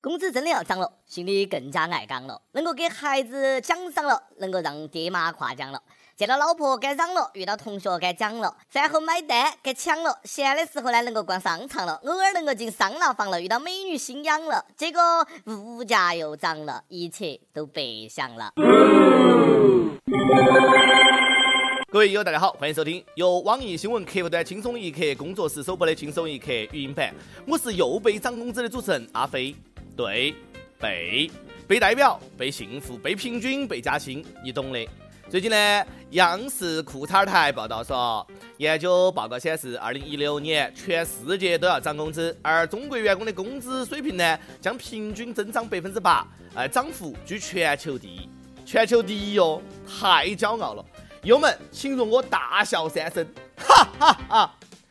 工资真的要涨了，心里更加爱岗了，能够给孩子奖赏了，能够让爹妈夸奖了，见到老婆该嚷了，遇到同学该讲了，饭后买单该抢了，闲的时候呢能够逛商场了，偶尔能够进桑拿房了，遇到美女心痒了，结果物价又涨了，一切都白想了。 各位友大家好，欢迎收听由网易新闻客户端轻松一刻工作室首播的轻松一刻语音版，我是又被涨工资的主持人阿飞。对，被代表，被幸福，被平均，被加薪，你懂的。最近呢，央视裤衩台报道说，研究报告显示，2016年全世界都要涨工资，而中国员工的工资水平呢，将平均增长8%，涨幅居全球第一。全球第一哟，太骄傲了！友们，请容我大笑3声，哈哈哈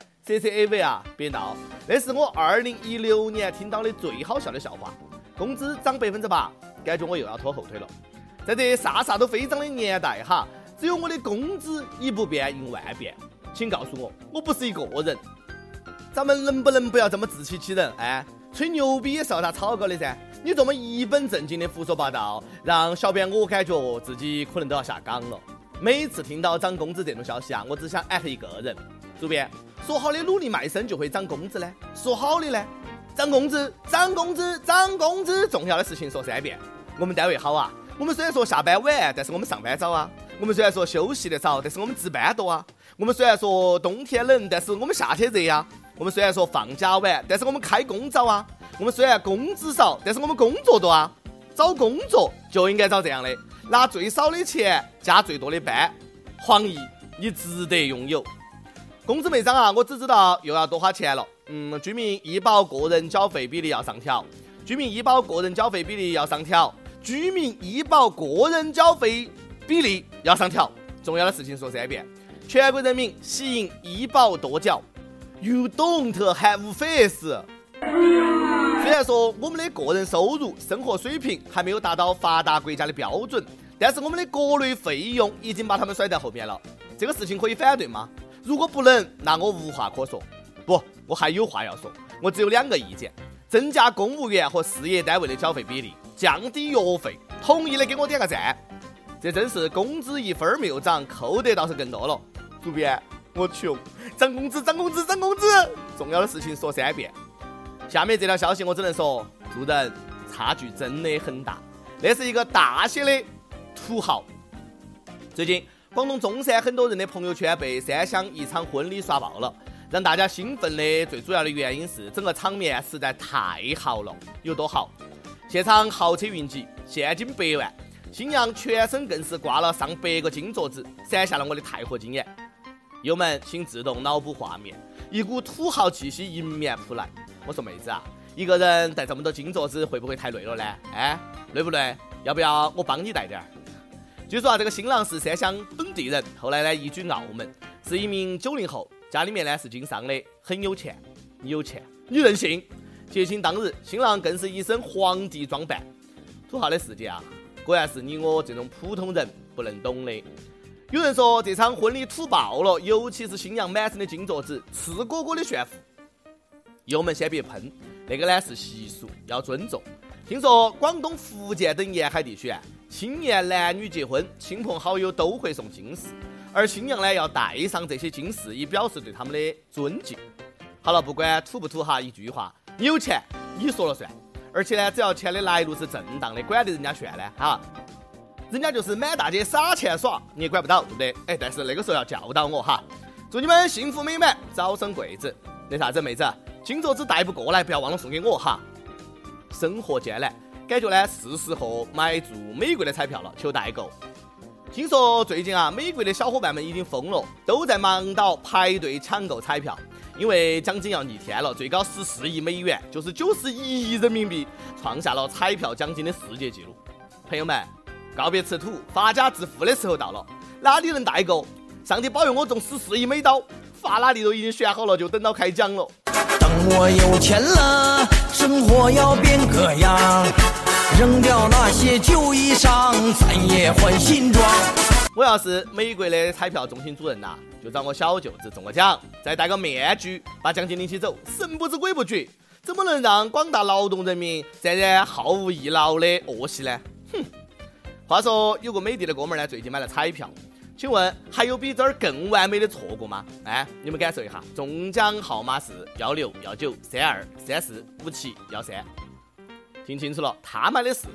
！CCAV 啊，别闹，那是我2016年听到的最好笑的笑话。工资涨8%，感觉我又要拖后腿了。在这啥都飞涨的年代哈，只有我的工资一不变应万变。请告诉我不是一个人。咱们能不能不要这么自欺欺人？吹牛逼也是要打草稿的噻。你这么一本正经的胡说八道，让小编我感觉自己可能都要下岗了。每次听到涨工资这种消息啊，我只想艾特一个人。主编，说好的努力卖身就会涨工资呢？说好的呢？涨工资，重要的事情说3遍。我们单位好啊，我们虽然说下班晚，但是我们上班早啊。我们虽然说休息的少，但是我们值班多啊。我们虽然说冬天冷，但是我们夏天热啊。我们虽然说放假晚，但是我们开工早啊。我们虽然工资少，但是我们工作多啊。找工作就应该找这样的，拿最少的钱加最多的班。黄奕，你值得拥有。工资没涨啊，我只知道又要多花钱了。居民医保个人缴费比例要上调，居民医保个人缴费比例要上调，居民医保个人缴费比例要上调。重要的事情说3遍，全国人民喜迎医保多缴。You don't have face。虽然说我们的个人收入、生活水平还没有达到发达国家的标准，但是我们的国内费用已经把他们甩在后面了。这个事情可以反对吗？如果不能，那我无话可说。不，我还有话要说。我只有2个意见：增加公务员和事业单位的缴费比例，降低药费。同意的给我点个赞。这真是工资1分没有涨，扣得倒是更多了。主编，我穷，涨工资。重要的事情说3遍。下面这条消息我只能说，做人差距真的很大。那是一个大写的土豪。最近广东中山很多人的朋友圈被3湘一场婚礼刷爆了，让大家兴奋的最主要的原因是整个场面实在太豪了。有多豪？现场豪车云集，现金100万，新娘全身更是挂了上100个金镯子，闪下了我的太河金眼。友们请自动脑补画面，一股土豪气息迎面扑来。我说妹子啊，一个人带这么多金镯子会不会太累了呢？累不累？要不要我帮你带点？据说这个新郎是3湘本地人，后来呢移居澳门，是一名90后，家里面呢是经商的，很有钱。你有钱，你任性。节庆当日，新郎更是一身皇帝装扮。土豪的世界啊，果然是你我这种普通人不能懂的。有人说这场婚礼土爆了，尤其是新娘满身的金镯子，赤果果的炫富。友们先别喷，那个呢是习俗，要尊重。听说广东、福建等沿海地区青年男女结婚，亲朋好友都会送金饰，而新娘呢要戴上这些金饰，以表示对他们的尊敬。好了，不管土不土哈，一句话，你有钱你说了算。而且呢，只要钱的来路是正当的，管得人家炫呢哈，人家就是满大街撒钱耍，你也管不到，对不对？但是那个时候要教导我哈。祝你们幸福美满，早生贵子。那啥子妹子，金镯子带不过来，不要忘了送给我哈。生活艰难，感觉呢是时候买注美国的彩票了，求代购。听说最近美国的小伙伴们已经疯了，都在忙到排队抢购彩票，因为奖金要逆天了，最高14亿美元，就是91亿人民币，创下了彩票奖金的世界纪录。朋友们，告别吃土发家致富的时候到了，哪里能代购？上帝保佑我中14亿美刀，法拉利都已经选好了，就等到开奖了。 等我有钱了，生活要变个样，扔掉那些旧衣裳，咱也换新装。 我要是美国的彩票中心主任就找我小舅子中个奖，再戴个面具，把奖金领起走，神不知鬼不觉。 怎么能让广大劳动人民在这毫无益劳的饿死呢？哼！话说有个美的的哥们儿呢，最近买了彩票，请问还有比这儿更完美的错过吗？你们感受一下，中奖号码是16、19、32、34、57、13。听清楚了，他买的是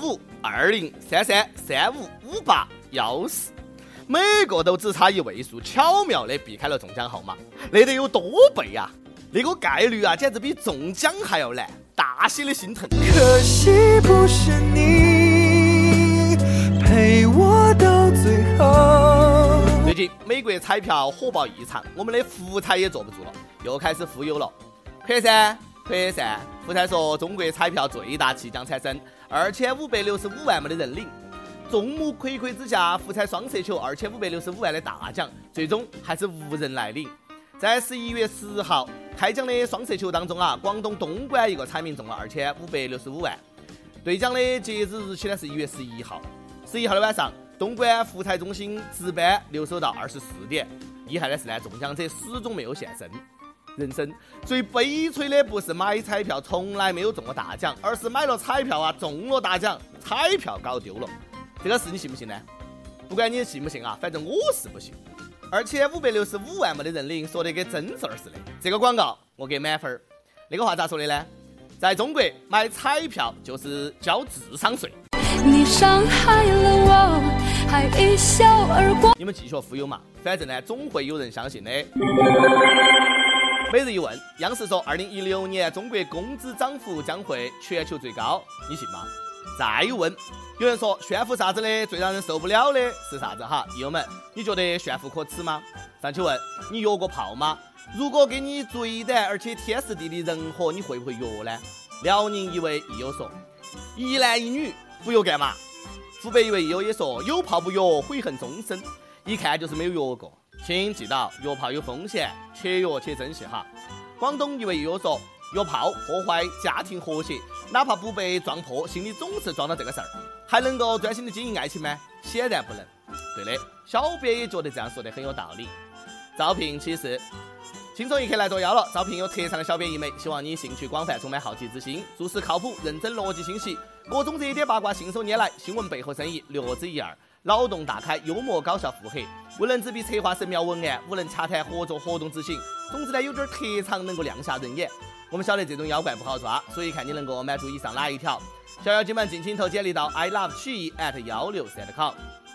15、20、33、35、58、14，每个都只差1位数，巧妙的避开了中奖号码，那得有多倍啊！那个概率啊，简直比中奖还要难，大写的心疼。 可惜不是你陪我到最后。 最近美国彩票火爆异常，我们的福彩也坐不住了，又开始忽悠了。可噻，福彩说中国彩票最大气将产生2565万没的人领。众目睽睽之下，福彩双色球2565万的大奖，最终还是无人来领。在11月10号开奖的双色球当中啊，广东东莞一个彩民中了2565万。兑奖的截止日期呢是1月11号。11号的晚上，东莞福彩中心值班留守到24点。遗憾的是呢，中奖者始终没有现身。人生最悲催的不是买彩票从来没有中过大奖，而是买了彩票啊中了大奖，彩票搞丢了。这个事你信不信呢？不管你信不信啊，反正我是不信。2565万没的人领，说得跟真事儿似的。这个广告我给满分。那个话咋说的呢？在中国买彩票就是交智商税。 你伤害了我，还一笑而过。 你们继续忽悠嘛，反正呢总会有人相信的。每日一问，央视说2016年中国工资涨幅将会全球最高，你信吗？再问，有人说炫富啥子的最让人受不了的是啥子哈？益友们，你觉得炫富可耻吗？上去问，你约过炮吗？如果给你追的而且天时地利人和，你会不会约呢？辽宁一位益友说，一男一女不约干嘛？湖北一位益友也说，有炮不约悔恨终身，一看就是没有约过。请记到，约炮有风险，且约且珍惜哈。广东一位益友说，约炮破坏家庭和谐，哪怕不被撞破，心里总是撞到这个事儿，还能够专心的经营爱情吗？显然不能。对的，小编也觉得这样说的很有道理。招聘启事，轻松一刻来作妖了，招聘有特长的小编1枚，希望你兴趣广泛，充满好奇之心，做事靠谱，认真，逻辑清晰，各种热点八卦信手拈来，新闻背后深意略知一二，脑洞大开，幽默搞笑腹黑，无能执笔策划神妙文案，无能洽谈合作活动执行，总之呢有点特长能够亮下人眼。我们晓得这种妖怪不好抓，所以看你能够满足以上哪一条。小妖精们尽情投简历到 iLoveChUyi@163.com。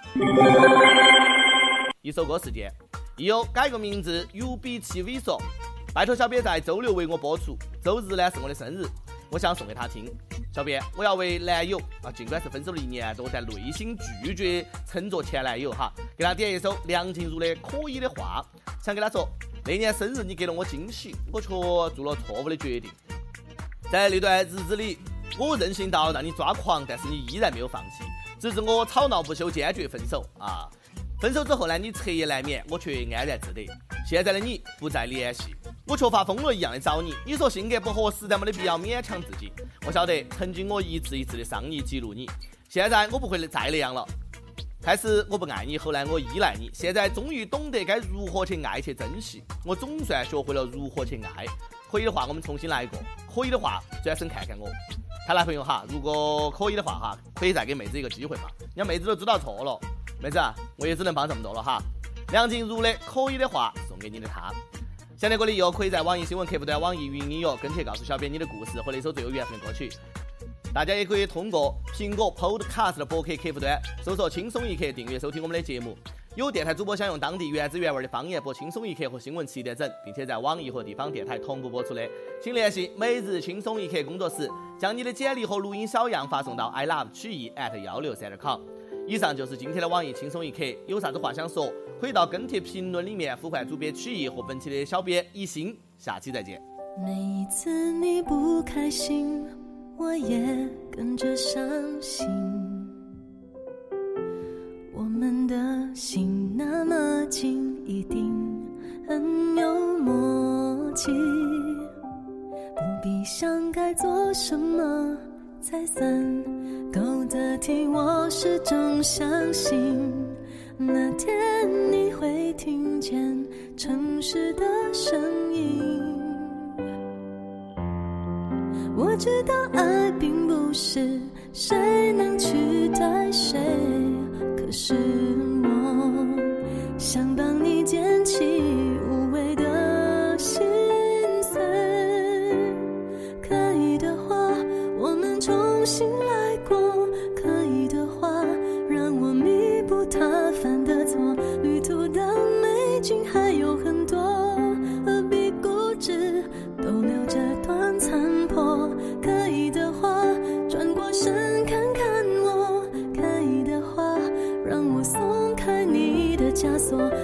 一首歌事件，益友改个名字有比其猥琐，拜托小编在周6为我播出，周日呢是我的生日，我想送给他听。小编，我要为男友尽管是分手了1年多，但内心拒绝称作前男友哈，给他点一首梁静茹的《可以的话》，想跟他说，那年生日你给了我惊喜，我却做了错误的决定。在那段日子里，我任性到让你抓狂，但是你依然没有放弃，直至我吵闹不休，坚决分手啊！分手之后呢，你彻夜难眠，我却安然自得。现在的你不再联系，我却发疯了一样的找你。你说性格不合，实在没得必要勉强自己。我晓得曾经我一次一次的伤你激怒你，现在我不会再那样了。开始我不爱你，后来我依赖你，现在终于懂得该如何去爱去珍惜。我总算学会了如何去爱。可以的话，我们重新来过。可以的话，转身看看我。他男朋友哈，如果可以的话哈，可以再给妹子一个机会嘛。让妹子都知道错了。妹子啊，我也只能帮这么多了哈。梁静茹的《可以的话》送给你的他。想听歌的友可以在网易新闻客户端、网易云音乐跟帖告诉小编你的故事和那首最有缘分的歌曲。大家也可以通过苹果 Podcast 的播客客户端搜索轻松一刻订阅收听我们的节目。有电台主播想用当地原汁原味的方言播轻松一刻和新闻7点整，并且在网易和地方电台同步播出的，请联系每日轻松一刻工作室，将你的简历和录音小样发送到 iLoveChUyi@163.com。以上就是今天的网易轻松一刻，有啥子话想说，可以到跟帖评论里面呼唤主编曲艺和本期的小编一心。下期再见。 每一次你不开心，我也跟着伤心。我们的心那么近，一定很有默契，不必想该做什么才算够得体。我始终相信，那天你会听见城市的声音。 我知道爱并不是谁能取代谁，可是我想帮你捡起无谓的心碎。可以的话我们重新来过，可以的话让我弥补他犯的错，旅途的美景还有很多，何必固执都留着段残破。可以的话转过身看看我，可以的话让我松开你的枷锁，